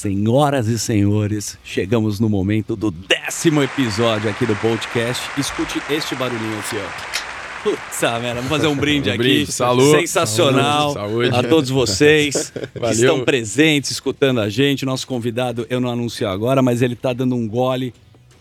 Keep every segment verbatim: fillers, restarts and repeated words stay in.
Senhoras e senhores, chegamos no momento do décimo episódio aqui do podcast. Escute este barulhinho aqui, ó. Putz, merda, vamos fazer um brinde um aqui. Brinde. Saúde. Sensacional. Saúde. A todos vocês que Valeu. estão presentes, escutando a gente. Nosso convidado, eu não anuncio agora, mas ele tá dando um gole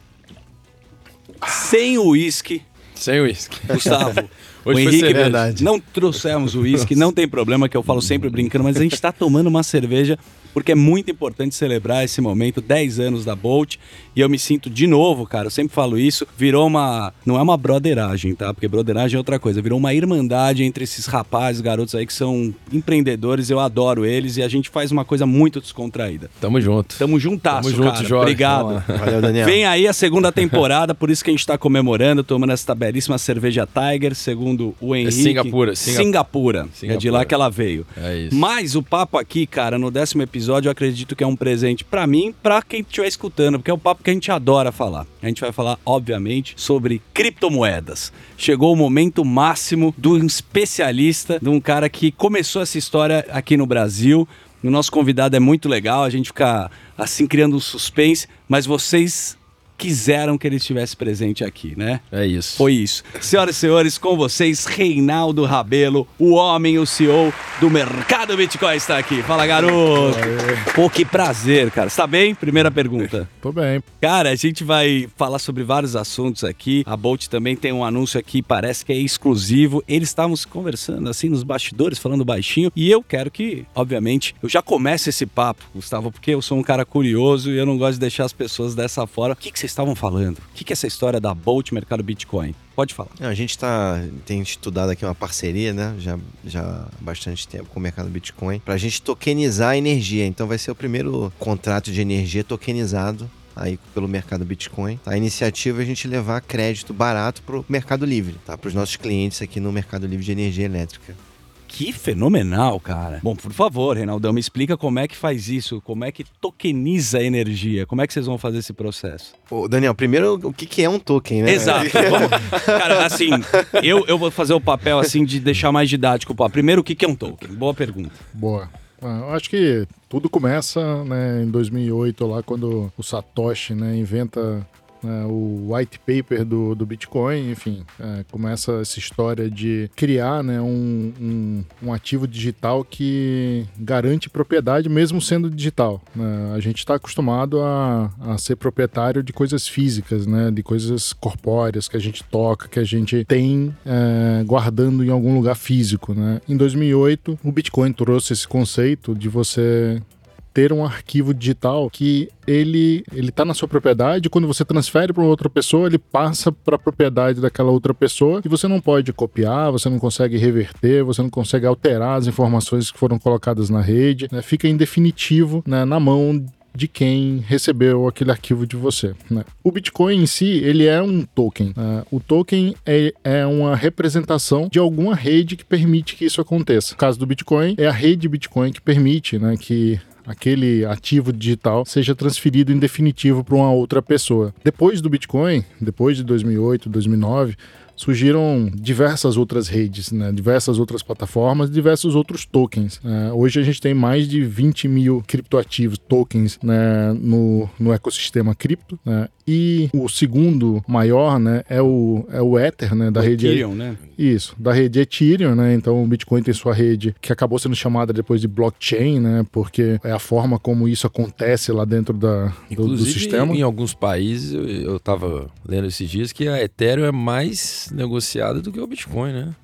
sem o uísque. Sem uísque. Gustavo, Hoje o Henrique, foi verdade. não trouxemos o uísque, não tem problema, que eu falo sempre brincando, mas a gente está tomando uma cerveja porque é muito importante celebrar esse momento, dez anos da Bolt, e eu me sinto de novo, cara, eu sempre falo isso, virou uma, não é uma broderagem, tá? Porque broderagem é outra coisa, virou uma irmandade entre esses rapazes, garotos aí que são empreendedores, eu adoro eles, e a gente faz uma coisa muito descontraída. Tamo junto. Tamo juntasso, Tamo junto, cara. Jorge. Obrigado. Valeu, Daniel. Vem aí a segunda temporada, por isso que a gente tá comemorando, tomando essa belíssima cerveja Tiger, segundo o Henrique. É Singapura, Singapura. Singapura. É de lá que ela veio. É isso. Mas o papo aqui, cara, no décimo episódio, eu acredito que é um presente pra mim, pra quem estiver escutando, porque é o papo que a gente adora falar. A gente vai falar, obviamente, sobre criptomoedas. Chegou o momento máximo de um especialista, de um cara que começou essa história aqui no Brasil. O nosso convidado é muito legal, a gente fica assim criando um suspense, mas vocês quiseram que ele estivesse presente aqui, né? É isso. Foi isso. Senhoras e senhores, com vocês, Reinaldo Rabelo, o homem, o C E O do Mercado Bitcoin está aqui. Fala, garoto! Pô, que prazer, cara. Está bem? Primeira pergunta. Tô bem. Cara, a gente vai falar sobre vários assuntos aqui. A Bolt também tem um anúncio aqui, parece que é exclusivo. Eles estavam conversando assim nos bastidores, falando baixinho. E eu quero que, obviamente, eu já comece esse papo, Gustavo, porque eu sou um cara curioso e eu não gosto de deixar as pessoas dessa fora. O que, que vocês estavam falando? O que, que é essa história da Bolt Mercado Bitcoin? Pode falar. A gente tá, tem estudado aqui uma parceria, né? Já, já há bastante tempo com o mercado Bitcoin, pra gente tokenizar a energia. Então vai ser o primeiro contrato de energia tokenizado aí pelo mercado Bitcoin. A iniciativa é a gente levar crédito barato pro Mercado Livre, tá? Para os nossos clientes aqui no Mercado Livre de Energia Elétrica. Que fenomenal, cara. Bom, por favor, Reinaldão, me explica como é que faz isso, como é que tokeniza a energia, como é que vocês vão fazer esse processo? Ô, Daniel, primeiro, o que que é um token, né? Exato. Vamos, cara, assim, eu, eu vou fazer o papel assim de deixar mais didático. Pô. Primeiro, o que que é um token? Boa pergunta. Boa. Ah, eu acho que tudo começa, né, em dois mil e oito, lá quando o Satoshi, né, inventa, né, o white paper do, do Bitcoin. Enfim, é, começa essa história de criar, né, um, um, um ativo digital que garante propriedade mesmo sendo digital, né? A gente está acostumado a, a ser proprietário de coisas físicas, né, de coisas corpóreas que a gente toca, que a gente tem é, guardando em algum lugar físico, né? Em dois mil e oito, o Bitcoin trouxe esse conceito de você ter um arquivo digital que ele ele está na sua propriedade. Quando você transfere para outra pessoa, ele passa para a propriedade daquela outra pessoa e você não pode copiar, você não consegue reverter, você não consegue alterar as informações que foram colocadas na rede, né? Fica em definitivo, né, na mão de quem recebeu aquele arquivo de você, né? O Bitcoin em si, ele é um token. Né? O token é, é uma representação de alguma rede que permite que isso aconteça. No caso do Bitcoin, é a rede Bitcoin que permite, né, que aquele ativo digital seja transferido em definitivo para uma outra pessoa. Depois do Bitcoin, depois de dois mil e oito, dois mil e nove, surgiram diversas outras redes, né? Diversas outras plataformas, diversos outros tokens. É, hoje a gente tem mais de vinte mil criptoativos, tokens, né, no, no ecossistema cripto, né? E o segundo maior, né, é o, é o Ether, né, da O rede Ethereum, né? Isso, da rede Ethereum, né? Então o Bitcoin tem sua rede que acabou sendo chamada depois de blockchain, né? Porque é a forma como isso acontece lá dentro da, do, Inclusive, do sistema. Em, em alguns países, eu, eu tava lendo esses dias que a Ethereum é mais negociada do que o Bitcoin, né?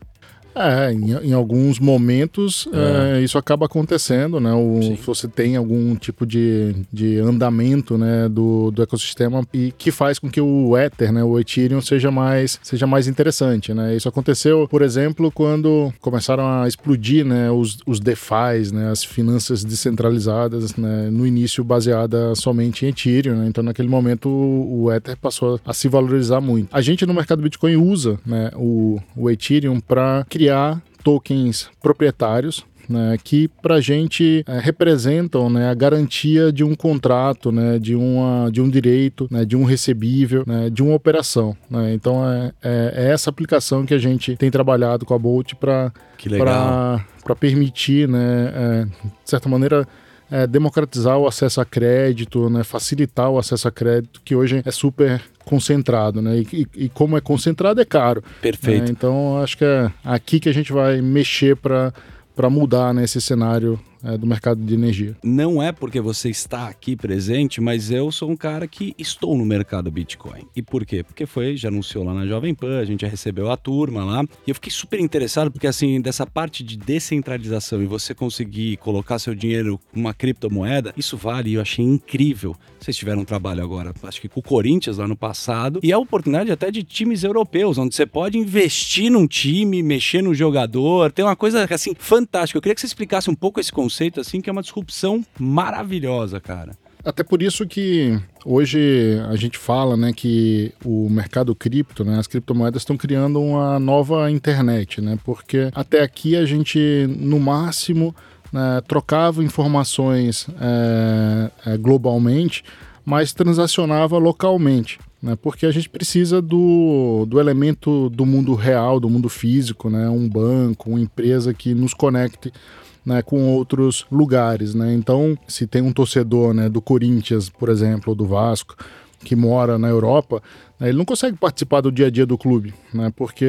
É, em, em alguns momentos é. É, isso acaba acontecendo, né? O, se você tem algum tipo de, de andamento, né, do, do ecossistema e que faz com que o Ether, né, o Ethereum seja mais, seja mais interessante, né? Isso aconteceu, por exemplo, quando começaram a explodir, né, os, os DeFis, né, as finanças descentralizadas, né, no início baseada somente em Ethereum, né? Então naquele momento o, o Ether passou a se valorizar muito. A gente no mercado Bitcoin usa, né, o, o Ethereum para criar tokens proprietários, né, que para a gente é, representam, né, a garantia de um contrato, né, de, uma, de um direito, né, de um recebível, né, de uma operação. Né? Então é, é, é essa aplicação que a gente tem trabalhado com a Bolt para permitir, né, é, de certa maneira, é, democratizar o acesso a crédito, né, facilitar o acesso a crédito, que hoje é super concentrado, né? E, e, e como é concentrado, é caro. Perfeito. Né? Então, acho que é aqui que a gente vai mexer para para mudar, né, esse cenário é, do mercado de energia. Não é porque você está aqui presente, mas eu sou um cara que estou no mercado Bitcoin. E por quê? Porque foi, já anunciou lá na Jovem Pan, a gente já recebeu a turma lá, e eu fiquei super interessado, porque assim, dessa parte de descentralização e você conseguir colocar seu dinheiro numa criptomoeda, isso vale, eu achei incrível. Vocês tiveram um trabalho agora, acho que com o Corinthians lá no passado, e a oportunidade até de times europeus, onde você pode investir num time, mexer no jogador, tem uma coisa assim, fantástica. Eu queria que você explicasse um pouco esse conceito, assim, que é uma disrupção maravilhosa, cara. Até por isso que hoje a gente fala, né, que o mercado cripto, né, as criptomoedas estão criando uma nova internet, né, porque até aqui a gente, no máximo, né, trocava informações é, é, globalmente, mas transacionava localmente, né, porque a gente precisa do, do elemento do mundo real, do mundo físico, né, um banco, uma empresa que nos conecte, né, com outros lugares, né? Então, se tem um torcedor, né, do Corinthians, por exemplo, ou do Vasco, que mora na Europa, né, ele não consegue participar do dia a dia do clube, né, porque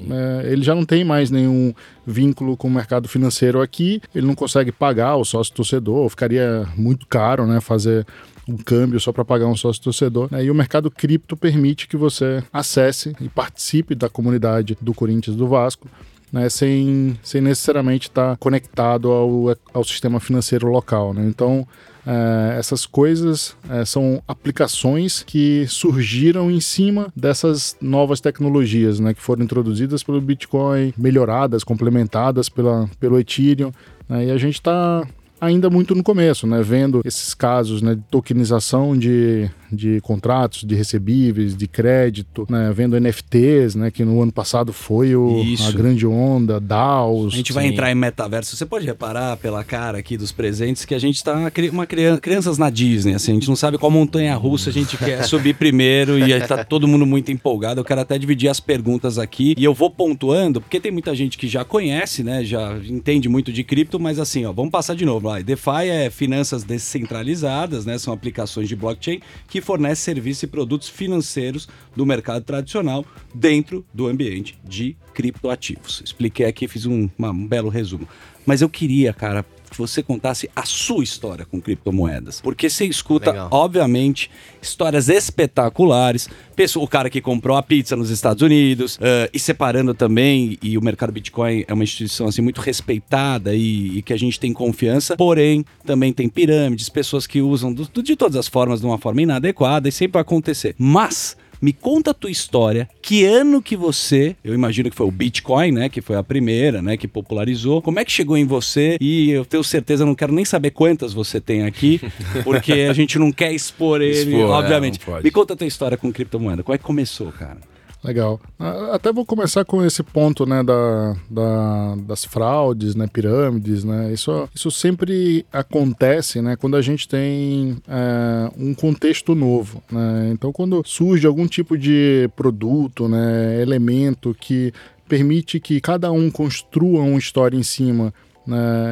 é, ele já não tem mais nenhum vínculo com o mercado financeiro aqui, ele não consegue pagar o sócio torcedor, ficaria muito caro, né, fazer um câmbio só para pagar um sócio torcedor, né, e o mercado cripto permite que você acesse e participe da comunidade do Corinthians, do Vasco, né, sem, sem necessariamente estar conectado ao, ao sistema financeiro local, né? Então, é, essas coisas é, são aplicações que surgiram em cima dessas novas tecnologias, né, que foram introduzidas pelo Bitcoin, melhoradas, complementadas pela, pelo Ethereum, né, e a gente está ainda muito no começo, né, vendo esses casos, né, de tokenização de, de contratos, de recebíveis, de crédito, né, vendo N F Ts, né, que no ano passado foi o, a grande onda, D A Os. A gente vai sim. entrar em metaverso. Você pode reparar pela cara aqui dos presentes que a gente está uma criança, crianças na Disney, assim, a gente não sabe qual montanha-russa a gente quer subir primeiro e aí tá todo mundo muito empolgado. Eu quero até dividir as perguntas aqui e eu vou pontuando, porque tem muita gente que já conhece, né, já entende muito de cripto, mas assim, ó, vamos passar de novo. DeFi é finanças descentralizadas, né? São aplicações de blockchain que fornecem serviços e produtos financeiros do mercado tradicional dentro do ambiente de criptoativos. Expliquei aqui, fiz um, uma, um belo resumo. Mas eu queria, cara, que você contasse a sua história com criptomoedas. Porque você escuta, Legal. obviamente, histórias espetaculares. O cara que comprou a pizza nos Estados Unidos, uh, e separando também, e o mercado Bitcoin é uma instituição assim, muito respeitada e, e que a gente tem confiança, porém, também tem pirâmides, pessoas que usam do, de todas as formas, de uma forma inadequada, e sempre vai acontecer. Mas me conta a tua história, que ano que você, eu imagino que foi o Bitcoin, né, que foi a primeira, né, que popularizou, como é que chegou em você? E eu tenho certeza, não quero nem saber quantas você tem aqui, porque a gente não quer expor ele, expor, obviamente. É, me conta a tua história com criptomoeda, como é que começou, cara? Legal. Até vou começar com esse ponto, né, da, da, das fraudes, né, pirâmides, né, isso, isso sempre acontece, né, quando a gente tem é, um contexto novo, né, então quando surge algum tipo de produto, né, elemento que permite que cada um construa uma história em cima, né,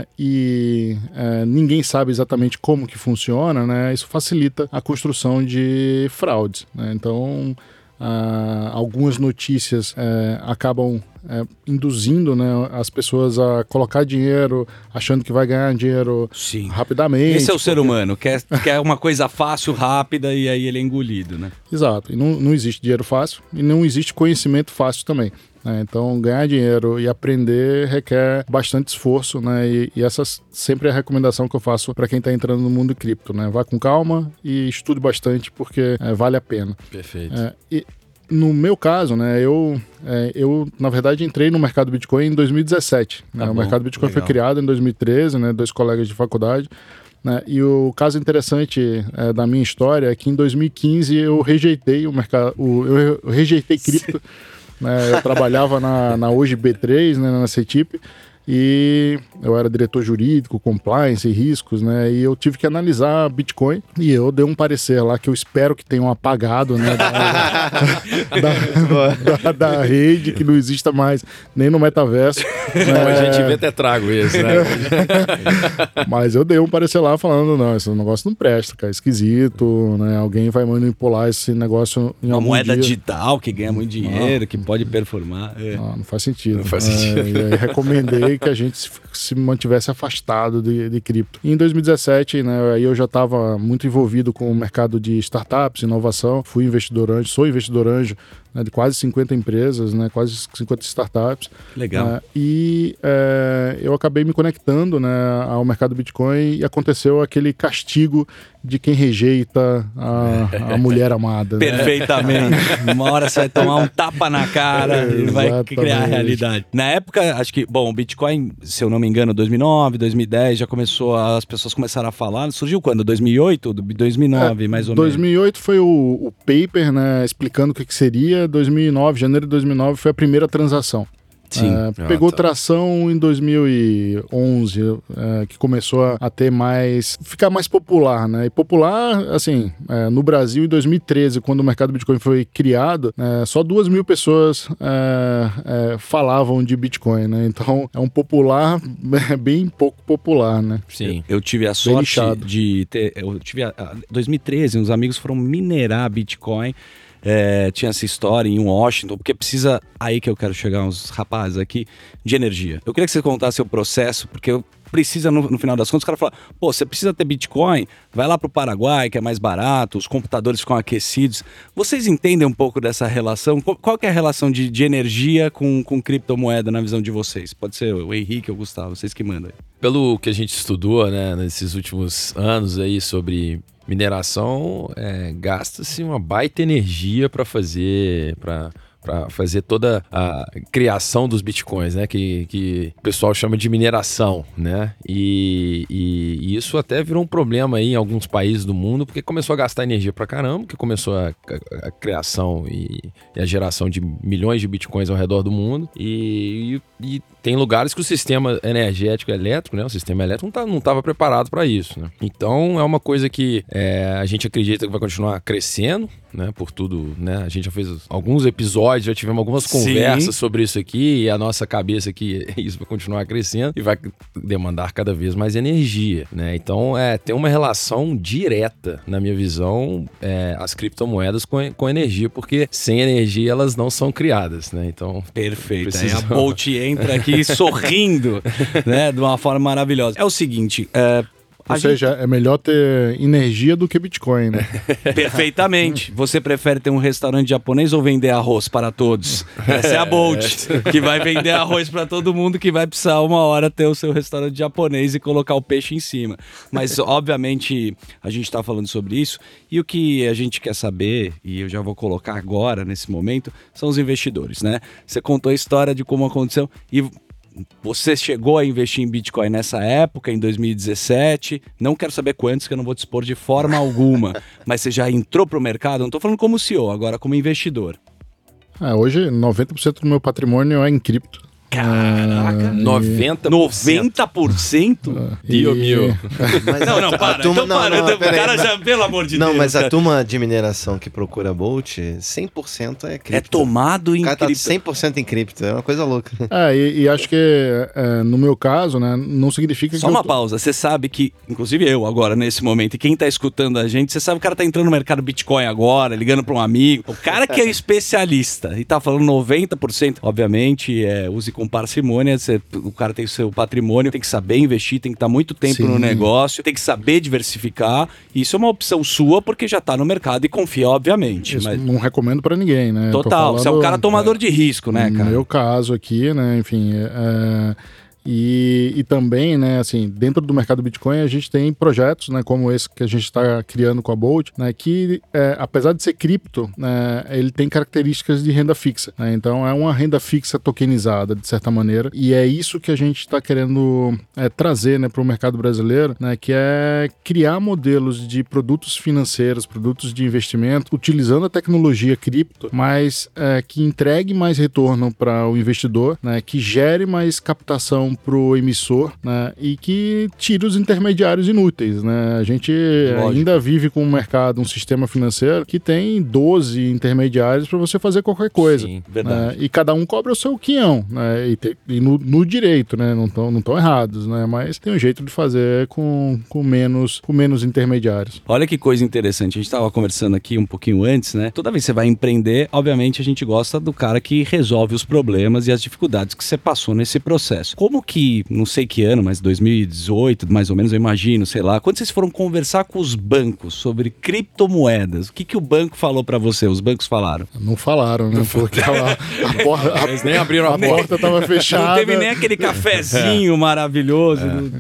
e é, ninguém sabe exatamente como que funciona, né, isso facilita a construção de fraudes, né, então Uh, algumas notícias uh, acabam uh, induzindo, né, as pessoas a colocar dinheiro achando que vai ganhar dinheiro Sim. rapidamente. Esse é o ser humano, quer, quer uma coisa fácil, rápida e aí ele é engolido, né? Exato, e não, não existe dinheiro fácil e não existe conhecimento fácil também. Né? Então, ganhar dinheiro e aprender requer bastante esforço, né? E, e essa sempre é a recomendação que eu faço para quem está entrando no mundo cripto, né? Vá com calma e estude bastante porque é, vale a pena. Perfeito. É, e no meu caso, né, eu, é, eu, na verdade, entrei no mercado Bitcoin em dois mil e dezessete. Né? Tá bom, o mercado Bitcoin legal. Foi criado em dois mil e treze, né? Dois colegas de faculdade. Né? E o caso interessante é, da minha história é que em dois mil e quinze eu rejeitei o mercado, o, eu, eu rejeitei cripto. Né? Eu trabalhava na, na hoje B três, né, na C E T I P, e eu era diretor jurídico, compliance e riscos, né? E eu tive que analisar Bitcoin e eu dei um parecer lá que eu espero que tenham apagado, né? Da, da, da, da rede, que não exista mais nem no metaverso. Né? É... A gente vê até trago isso, né? Mas eu dei um parecer lá falando, não, esse negócio não presta, cara, é esquisito, né? Alguém vai manipular esse negócio em Uma algum moeda dia. digital que ganha muito dinheiro, ah. que pode performar. É. Não, não faz sentido. Não faz sentido. É, e aí recomendei que a gente se, se mantivesse afastado de, de cripto. E em dois mil e dezessete, né, aí eu já estava muito envolvido com o mercado de startups, inovação, fui investidor anjo, sou investidor anjo, né, de quase cinquenta empresas, né, quase cinquenta startups. Legal. Uh, e uh, eu acabei me conectando, né, ao mercado Bitcoin e aconteceu aquele castigo de quem rejeita a, a mulher amada. Perfeitamente. Né? Uma hora você vai tomar um tapa na cara é, e vai criar a realidade. Na época, acho que, bom, o Bitcoin, se eu não me engano, dois mil e nove, dois mil e dez, já começou, as pessoas começaram a falar. Surgiu quando? dois mil e oito? dois mil e nove, é, mais ou dois mil e oito menos. Foi o, o paper, né, explicando o que, que seria. dois mil e nove, janeiro de dois mil e nove, foi a primeira transação. Sim. É, ah, pegou tá. tração em dois mil e onze, é, que começou a, a ter mais, ficar mais popular, né? E popular, assim, é, no Brasil em dois mil e treze, quando o mercado Bitcoin foi criado, é, só duas mil pessoas é, é, falavam de Bitcoin, né? Então é um popular é, bem pouco popular, né? Sim. Eu, eu tive a sorte de ter, eu tive a, a, dois mil e treze, uns amigos foram minerar Bitcoin. É, tinha essa história em Washington, porque precisa, aí que eu quero chegar uns rapazes aqui, de energia. Eu queria que você contasse o processo, porque eu precisa, no, no final das contas, o cara fala, pô, você precisa ter Bitcoin, vai lá pro Paraguai, que é mais barato, os computadores ficam aquecidos. Vocês entendem um pouco dessa relação? Qual que é a relação de, de energia com, com criptomoeda na visão de vocês? Pode ser o Henrique ou o Gustavo, vocês que mandam aí. Pelo que a gente estudou, né, nesses últimos anos aí sobre mineração, é, gasta-se uma baita energia para fazer, para para fazer toda a criação dos bitcoins, né? Que, que o pessoal chama de mineração, né? E, e, e isso até virou um problema aí em alguns países do mundo, porque começou a gastar energia pra caramba, que começou a, a, a criação e, e a geração de milhões de bitcoins ao redor do mundo. E, e, e tem lugares que o sistema energético elétrico, né? O sistema elétrico não estava preparado para isso, né? Então é uma coisa que é, a gente acredita que vai continuar crescendo, né? Por tudo, né? A gente já fez alguns episódios, já tivemos algumas conversas Sim. sobre isso aqui, e a nossa cabeça que isso vai continuar crescendo e vai demandar cada vez mais energia, né? Então é, tem uma relação direta, na minha visão, é, as criptomoedas com, com energia, porque sem energia elas não são criadas, né? Então perfeito. Precisam... Aí a Bolt entra aqui sorrindo, né? De uma forma maravilhosa. É o seguinte, é... Ou a seja, gente... é melhor ter energia do que Bitcoin, né? Perfeitamente. Você prefere ter um restaurante japonês ou vender arroz para todos? Essa é a Bolt, que vai vender arroz para todo mundo, que vai precisar uma hora ter o seu restaurante japonês e colocar o peixe em cima. Mas, obviamente, a gente está falando sobre isso. E o que a gente quer saber, e eu já vou colocar agora, nesse momento, são os investidores, né? Você contou a história de como aconteceu e... Você chegou a investir em Bitcoin nessa época, em dois mil e dezessete. Não quero saber quantos, que eu não vou dispor de forma alguma. Mas você já entrou para o mercado? Não estou falando como C E O, agora como investidor. É, hoje, noventa por cento do meu patrimônio é em cripto. Caraca! noventa por cento. noventa por cento? Dio mio. Não, não, para. Turma, então para. não, não, o cara aí, já, pelo amor de não, Deus. Não, mas cara. a turma de mineração que procura Bolt, cem por cento é cripto. É tomado em cripto. O cara cripto. tá cem por cento em cripto, é uma coisa louca. É, e, e acho que é, no meu caso, né, não significa Só que uma eu tô... pausa. Você sabe que, inclusive eu agora, nesse momento, e quem tá escutando a gente, você sabe que o cara tá entrando no mercado Bitcoin agora, ligando pra um amigo. O cara que é especialista e tá falando noventa por cento, obviamente, é, use com parcimônia. Você, o cara tem o seu patrimônio, tem que saber investir, tem que estar muito tempo Sim. no negócio, tem que saber diversificar. Isso é uma opção sua porque já tá no mercado e confia, obviamente. Isso mas... não recomendo pra ninguém, né? Total, falando, você é um cara tomador é, de risco, né, cara? No meu caso aqui, né, enfim... É... E, e também, né, assim, dentro do mercado Bitcoin a gente tem projetos, né, como esse que a gente está criando com a Bolt, né, que é, apesar de ser cripto, né, ele tem características de renda fixa, né, então é uma renda fixa tokenizada, de certa maneira, e é isso que a gente está querendo é, trazer, né, para o mercado brasileiro, né, que é criar modelos de produtos financeiros, produtos de investimento, utilizando a tecnologia cripto, mas é, que entregue mais retorno para o investidor, né, que gere mais captação pro emissor, né, e que tira os intermediários inúteis, né? A gente Lógico. ainda vive com um mercado, um sistema financeiro que tem doze intermediários para você fazer qualquer coisa. Sim, verdade. Né? E cada um cobra o seu quinhão, né? E, te, e no, no direito, né? Não estão não tão errados, né? Mas tem um jeito de fazer com, com, menos, com menos intermediários. Olha que coisa interessante. A gente estava conversando aqui um pouquinho antes, né? Toda vez que você vai empreender, obviamente a gente gosta do cara que resolve os problemas e as dificuldades que você passou nesse processo. Como que, não sei que ano, mas dois mil e dezoito, mais ou menos, eu imagino, sei lá, quando vocês foram conversar com os bancos sobre criptomoedas, o que, que o banco falou para você? Os bancos falaram? Não falaram, né? Porque a, a, porta, a, Eles nem abriram a, a porta estava fechada. Não teve nem aquele cafezinho é. maravilhoso. É. Do...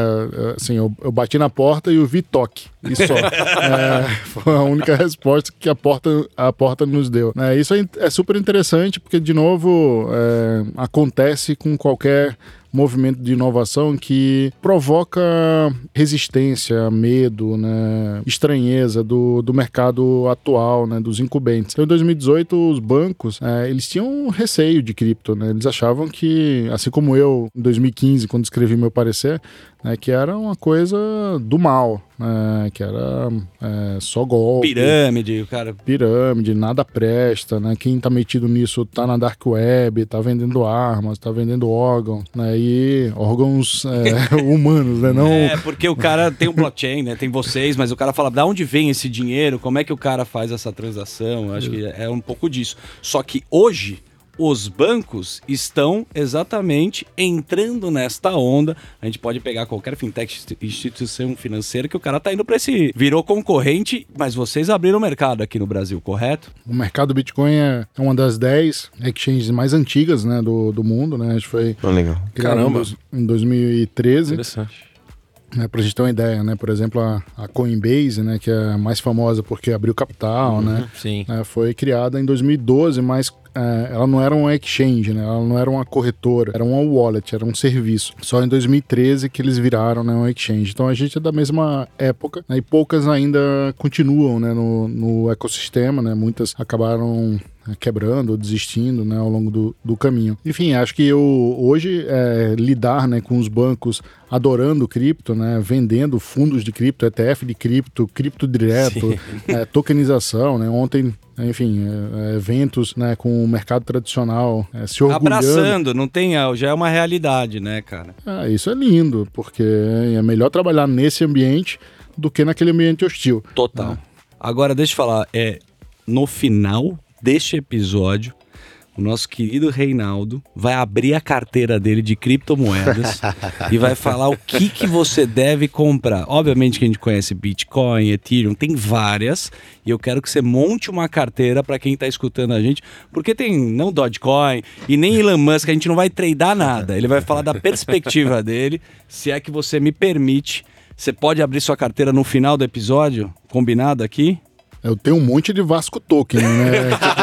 É, assim, eu, eu bati na porta e ouvi toque, e só. é, foi a única resposta que a porta, a porta nos deu. É, isso é, é super interessante porque, de novo, é, acontece com qualquer movimento de inovação que provoca resistência, medo, né, estranheza do, do mercado atual, né, dos incumbentes. Então, em dois mil e dezoito, os bancos, é, eles tinham receio de cripto, né? Eles achavam que, assim como eu, em dois mil e quinze, quando escrevi meu parecer, né, que era uma coisa do mal, né, que era é, só golpe. Pirâmide, o cara... Pirâmide, nada presta, né? Quem tá metido nisso tá na dark web, tá vendendo armas, tá vendendo órgãos, né? E órgãos é, humanos, né? Não... É, porque o cara tem o blockchain, né? Tem vocês, mas o cara fala, da onde vem esse dinheiro? Como é que o cara faz essa transação? Eu acho que é um pouco disso. Só que hoje... os bancos estão exatamente entrando nesta onda. A gente pode pegar qualquer fintech, instituição financeira, que o cara tá indo para esse... virou concorrente, mas vocês abriram o mercado aqui no Brasil, correto? O mercado Bitcoin é uma das dez exchanges mais antigas, né, do, do mundo, né? A gente foi oh, legal. Caramba. em dois mil e treze. Interessante. É, pra gente ter uma ideia, né? Por exemplo, a, a Coinbase, né? Que é mais famosa porque abriu capital, uhum, né? Sim. É, foi criada em dois mil e doze, mas é, ela não era uma exchange, né? Ela não era uma corretora, era uma wallet, era um serviço. Só em dois mil e treze que eles viraram, né, uma exchange. Então a gente é da mesma época, né, e poucas ainda continuam, né, no, no ecossistema, né? Muitas acabaram quebrando ou desistindo, né, ao longo do, do caminho. Enfim, acho que eu, hoje é, lidar, né, com os bancos adorando cripto, né, vendendo fundos de cripto, E T F de cripto, cripto direto, é, tokenização, né, ontem, enfim, é, eventos, né, com o mercado tradicional é, se orgulhando. Abraçando, não tem, já é uma realidade, né, cara? Ah, isso é lindo, porque é melhor trabalhar nesse ambiente do que naquele ambiente hostil. Total. Né? Agora, deixa eu falar, é, no final deste episódio, o nosso querido Reinaldo vai abrir a carteira dele de criptomoedas e vai falar o que, que você deve comprar. Obviamente que a gente conhece Bitcoin, Ethereum, tem várias, e eu quero que você monte uma carteira para quem está escutando a gente, porque tem não Dogecoin e nem Elon Musk, a gente não vai tradar nada. Ele vai falar da perspectiva dele, se é que você me permite. Você pode abrir sua carteira no final do episódio, combinado aqui? Eu tenho um monte de Vasco Token, né?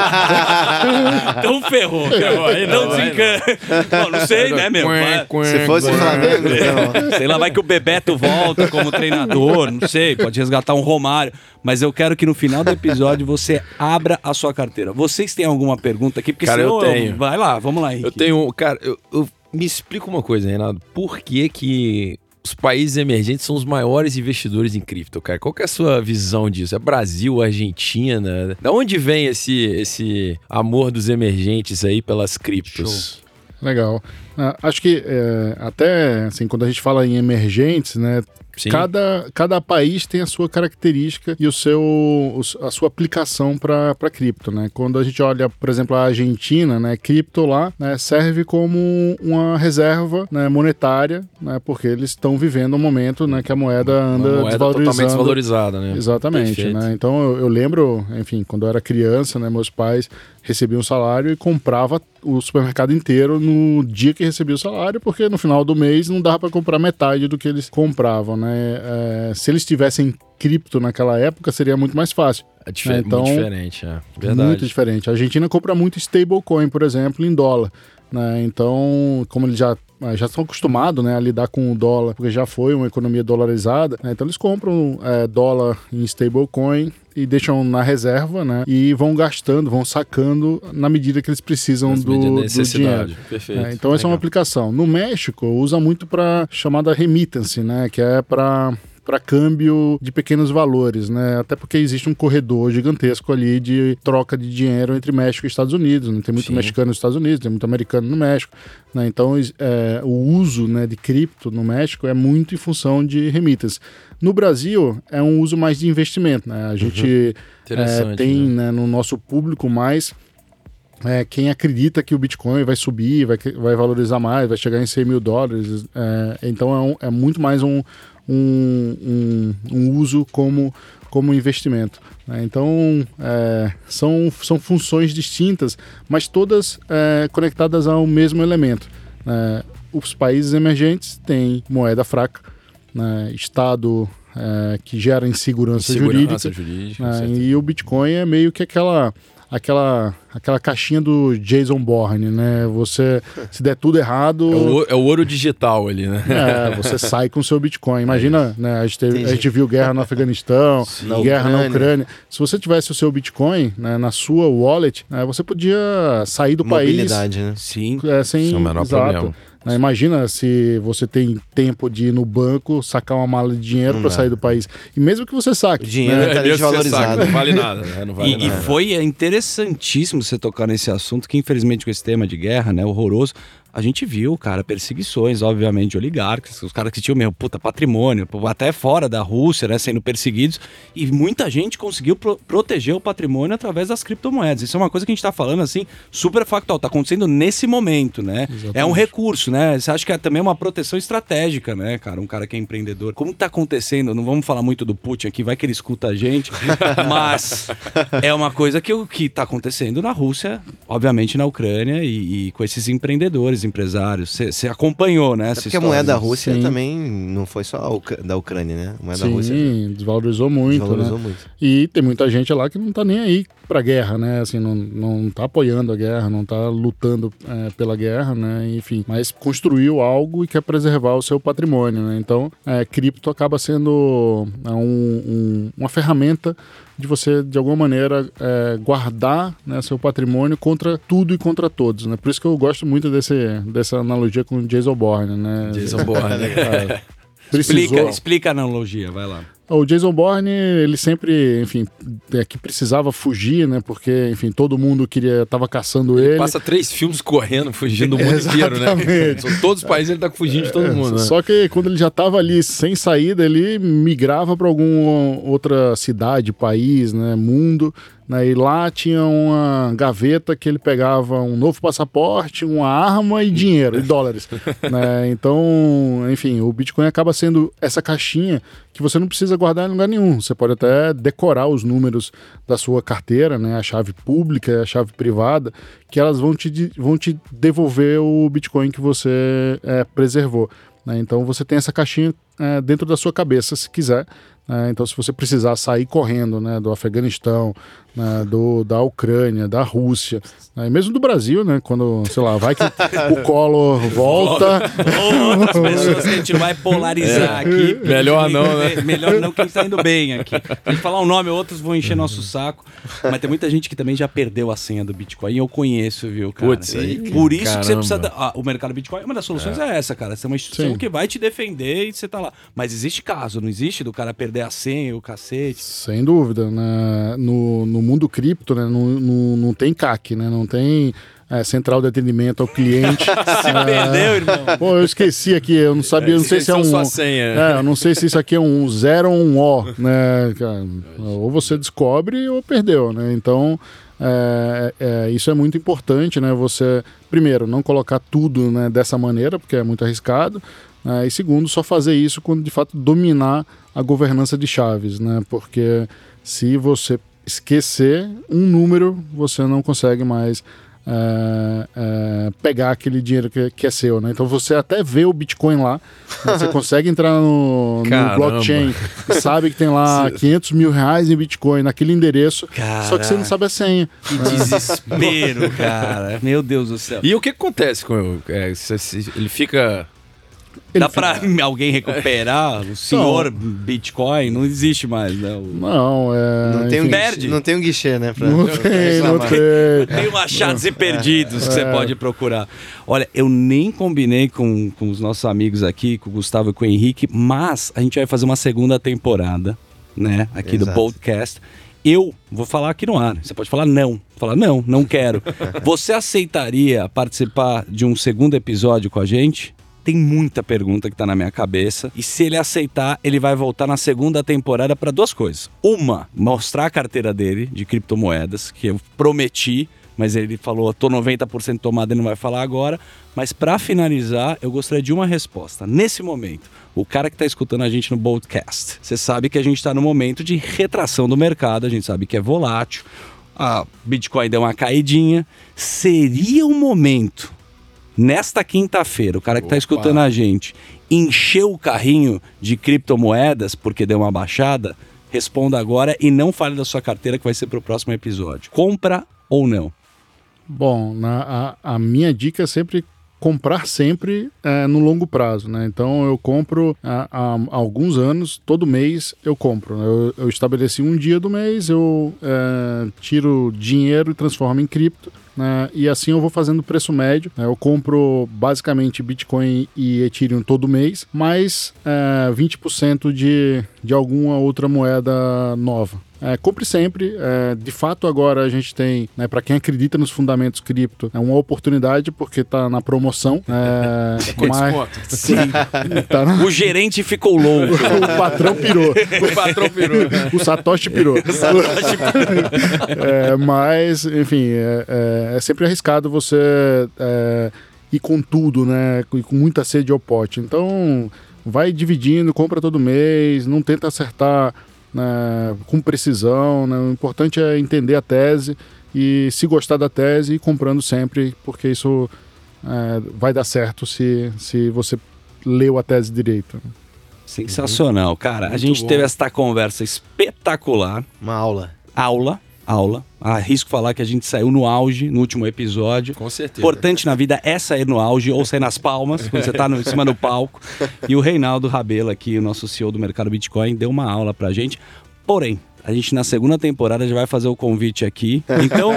Então ferrou, aí não desencana. Não, não sei, né, meu? Se fosse Flamengo, sei lá, vai que o Bebeto volta como treinador, não sei, pode resgatar um Romário. Mas eu quero que no final do episódio você abra a sua carteira. Vocês têm alguma pergunta aqui? Porque cara, senão eu tenho. Eu... Vai lá, vamos lá, Henrique. Eu tenho, cara, eu, eu... me explica uma coisa, Reinaldo. Por que que os países emergentes são os maiores investidores em cripto, cara? Qual que é a sua visão disso? É Brasil, Argentina? Da onde vem esse, esse amor dos emergentes aí pelas criptos? Show. Legal. Uh, acho que é, até assim, quando a gente fala em emergentes, né? Cada, cada país tem a sua característica e o seu, a sua aplicação para cripto, né? Quando a gente olha, por exemplo, a Argentina, né? Cripto lá, né, serve como uma reserva, né, monetária, né? Porque eles estão vivendo um momento, né, que a moeda anda uma moeda desvalorizando. Totalmente desvalorizada, né? Exatamente, né? Então eu, eu lembro, enfim, quando eu era criança, né, meus pais recebiam um salário e comprava o supermercado inteiro no dia que recebia o salário, porque no final do mês não dava para comprar metade do que eles compravam, né? É, se eles tivessem cripto naquela época, seria muito mais fácil. É diferente, né? Então, muito diferente, é verdade. Muito diferente. A Argentina compra muito stablecoin, por exemplo, em dólar. né? Então, como eles já já estão acostumados, né, a lidar com o dólar, porque já foi uma economia dolarizada, né? Então eles compram é, dólar em stablecoin e deixam na reserva, né, e vão gastando, vão sacando na medida que eles precisam do, do dinheiro. Perfeito. É, então essa é uma aplicação. No México, usa muito para chamada remittance, né, que é para para câmbio de pequenos valores, né? Até porque existe um corredor gigantesco ali de troca de dinheiro entre México e Estados Unidos, né? Tem muito Sim. mexicano nos Estados Unidos, tem muito americano no México, né? Então é, o uso, né, de cripto no México é muito em função de remittance. No Brasil é um uso mais de investimento, né? A gente uhum. é, tem né? Né, no nosso público mais É, quem acredita que o Bitcoin vai subir, vai, vai valorizar mais, vai chegar em cem mil dólares. É, então é, um, é muito mais um, um, um, um uso como, como investimento. Né? Então é, são, são funções distintas, mas todas é, conectadas ao mesmo elemento. É, os países emergentes têm moeda fraca, né? Estado é, que gera insegurança, insegurança jurídica, jurídica né? E o Bitcoin é meio que aquela... Aquela, aquela caixinha do Jason Bourne, né? Você, se der tudo errado... É o, é o ouro digital ali, né? É, você sai com o seu Bitcoin. Imagina, é né? A gente, teve, a gente viu guerra no Afeganistão, Sim, guerra na Ucrânia. na Ucrânia. Se você tivesse o seu Bitcoin, né, na sua wallet, né, você podia sair do Mobilidade, país... né? Sim. É, sem, sem o menor exato. problema. Imagina se você tem tempo de ir no banco, sacar uma mala de dinheiro para sair do país. E mesmo que você saque... O dinheiro né? está desvalorizado. Não vale nada. Né? Não vale e, nada. E foi interessantíssimo você tocar nesse assunto, que infelizmente com esse tema de guerra, né, horroroso, a gente viu, cara, perseguições, obviamente, de oligarcas, os caras que tinham, meu, puta, patrimônio, até fora da Rússia, né, sendo perseguidos, e muita gente conseguiu pro- proteger o patrimônio através das criptomoedas. Isso é uma coisa que a gente tá falando, assim, super factual, tá acontecendo nesse momento, né? Exatamente. É um recurso, né? Você acha que é também uma proteção estratégica, né, cara? Um cara que é empreendedor. Como tá acontecendo? Não vamos falar muito do Putin aqui, vai que ele escuta a gente, mas é uma coisa que, que tá acontecendo na Rússia, obviamente na Ucrânia, e, e com esses empreendedores, empresários. Você acompanhou, né? É porque a moeda da Rússia Sim. também não foi só a Uc- da Ucrânia, né? A moeda Sim, da Rússia desvalorizou muito, desvalorizou né? muito. E tem muita gente lá que não tá nem aí pra guerra, né? Assim, não, não tá apoiando a guerra, não tá lutando é, pela guerra, né? Enfim, mas construiu algo e quer preservar o seu patrimônio, né? Então, é, cripto acaba sendo é, um, um, uma ferramenta de você, de alguma maneira, é, guardar, né, seu patrimônio contra tudo e contra todos, né? Por isso que eu gosto muito desse, dessa analogia com o Jason Bourne, né? Jason Bourne. É, explica, explica a analogia, vai lá. O Jason Bourne, ele sempre, enfim, é, que precisava fugir, né? Porque, enfim, todo mundo queria, tava caçando ele. Ele passa três filmes correndo, fugindo do mundo inteiro, né? São todos os países ele tá fugindo de todo é, mundo, né? Só que quando ele já tava ali sem saída, ele migrava para alguma outra cidade, país, né? Mundo. Né, e lá tinha uma gaveta que ele pegava um novo passaporte, uma arma e dinheiro, e dólares. Né, então, enfim, o Bitcoin acaba sendo essa caixinha que você não precisa guardar em lugar nenhum. Você pode até decorar os números da sua carteira, né, a chave pública e a chave privada, que elas vão te, vão te devolver o Bitcoin que você é, preservou. Né, então você tem essa caixinha é, dentro da sua cabeça, se quiser. É, então, se você precisar sair correndo, né, do Afeganistão, né, do, da Ucrânia, da Rússia, né, e mesmo do Brasil, né, quando, sei lá, vai que o Collor volta... Outras pessoas que a gente não vai polarizar é. aqui. Melhor não, né? Melhor não, quem está indo bem aqui. A gente falar um nome, outros vão encher nosso saco. Mas tem muita gente que também já perdeu a senha do Bitcoin. Eu conheço, viu, cara? Putz, aí, Por isso caramba. que você precisa... Da... Ah, o mercado Bitcoin, uma das soluções é, é essa, cara. Você é uma instituição Sim. que vai te defender e você tá lá. Mas existe caso, não existe do cara perder a senha, o cacete. Sem dúvida, né? No, no mundo cripto, né? Não, não, não tem C A C, né? Não tem é, central de atendimento ao cliente. Se é... perdeu, irmão. Pô, eu esqueci aqui, eu não sabia, eu não sei se é um... Sua senha. É, eu não sei se isso aqui é um zero ou um O, né? Ou você descobre ou perdeu, né? Então... É, é, isso é muito importante, né? Você, primeiro, não colocar tudo, né, dessa maneira, porque é muito arriscado, né? E segundo, só fazer isso quando de fato dominar a governança de chaves, né? Porque se você esquecer um número, você não consegue mais É, é, pegar aquele dinheiro que, que é seu, né? Então você até vê o Bitcoin lá, né? Você consegue entrar no, no blockchain e sabe que tem lá quinhentos mil reais em Bitcoin naquele endereço, Caraca. Só que você não sabe a senha. Que desespero, cara. Meu Deus do céu. E o que acontece com ele? É, se, se ele fica... Ele Dá pra alguém recuperar o senhor não. Bitcoin? Não existe mais, né? O... Não, é... Não tem, um guichê, não tem um guichê, né? Pra... Não tem, não tem. Tem um achados e perdidos é. que você pode procurar. Olha, eu nem combinei com, com os nossos amigos aqui, com o Gustavo e com o Henrique, mas a gente vai fazer uma segunda temporada, né? Aqui Exato. do podcast. Eu vou falar aqui no ar. Você pode falar não. Falar não, não quero. Você aceitaria participar de um segundo episódio com a gente? Tem muita pergunta que tá na minha cabeça. E se ele aceitar, ele vai voltar na segunda temporada para duas coisas. Uma, mostrar a carteira dele de criptomoedas, que eu prometi, mas ele falou, tô noventa por cento tomado e não vai falar agora. Mas para finalizar, eu gostaria de uma resposta. Nesse momento, o cara que tá escutando a gente no podcast, você sabe que a gente tá no momento de retração do mercado, a gente sabe que é volátil, a Bitcoin deu uma caidinha. Seria o momento... Nesta quinta-feira, o cara que está escutando a gente encheu o carrinho de criptomoedas porque deu uma baixada? Responda agora e não fale da sua carteira que vai ser para o próximo episódio. Compra ou não? Bom, na, a, a minha dica é sempre comprar sempre é, no longo prazo, né? Então eu compro há, há alguns anos, todo mês eu compro. Eu, eu estabeleci um dia do mês, eu é, tiro dinheiro e transformo em cripto. Né? E assim eu vou fazendo preço médio, né? Eu compro basicamente Bitcoin e Ethereum todo mês, mais é, vinte por cento de, de alguma outra moeda nova. É, compre sempre, é, de fato agora a gente tem, né, para quem acredita nos fundamentos cripto, é uma oportunidade porque tá na promoção. É, Com mas, desconto. Sim. Tá na... O gerente ficou louco. O patrão pirou. O patrão pirou. O Satoshi pirou. O Satoshi pirou. É, mas, enfim, é, é, é sempre arriscado você é, ir com tudo, né, com, com muita sede ao pote. Então, vai dividindo, compra todo mês, não tenta acertar né, com precisão, né? O importante é entender a tese e se gostar da tese ir comprando sempre, porque isso é, vai dar certo se, se você leu a tese direito. Sensacional, cara. Muito a gente bom. Teve esta conversa espetacular. Uma aula. Aula. Aula. Arrisco falar que a gente saiu no auge no último episódio. Com certeza. Importante na vida é sair no auge ou sair nas palmas, quando você está em cima do palco. E o Reinaldo Rabelo aqui, o nosso C E O do Mercado Bitcoin, deu uma aula pra gente. Porém, a gente na segunda temporada já vai fazer o convite aqui. Então,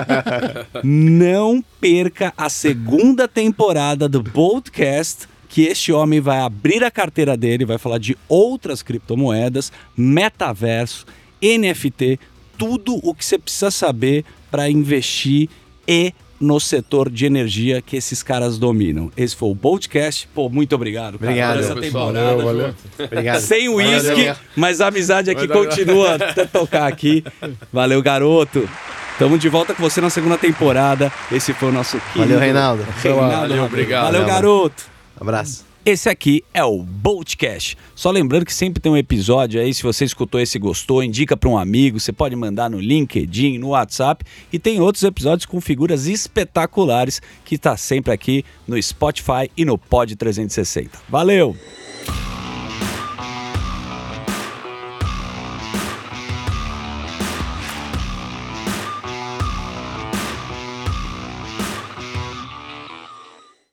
não perca a segunda temporada do podcast, que este homem vai abrir a carteira dele, vai falar de outras criptomoedas, metaverso, N F T, tudo o que você precisa saber para investir e no setor de energia que esses caras dominam. Esse foi o podcast. Pô, muito obrigado, cara. Obrigado, essa pessoal. temporada. Valeu, valeu. Obrigado. Sem uísque, mas a amizade aqui Valeu. continua até tocar aqui. Valeu, garoto. Tamo de volta com você na segunda temporada. Esse foi o nosso querido Valeu, Reinaldo. Reinaldo. Valeu, obrigado. Valeu, garoto. Abraço. Esse aqui é o Boltcast. Só lembrando que sempre tem um episódio aí, se você escutou esse e gostou, indica para um amigo, você pode mandar no LinkedIn, no WhatsApp, e tem outros episódios com figuras espetaculares que está sempre aqui no Spotify e no Pod trezentos e sessenta. Valeu!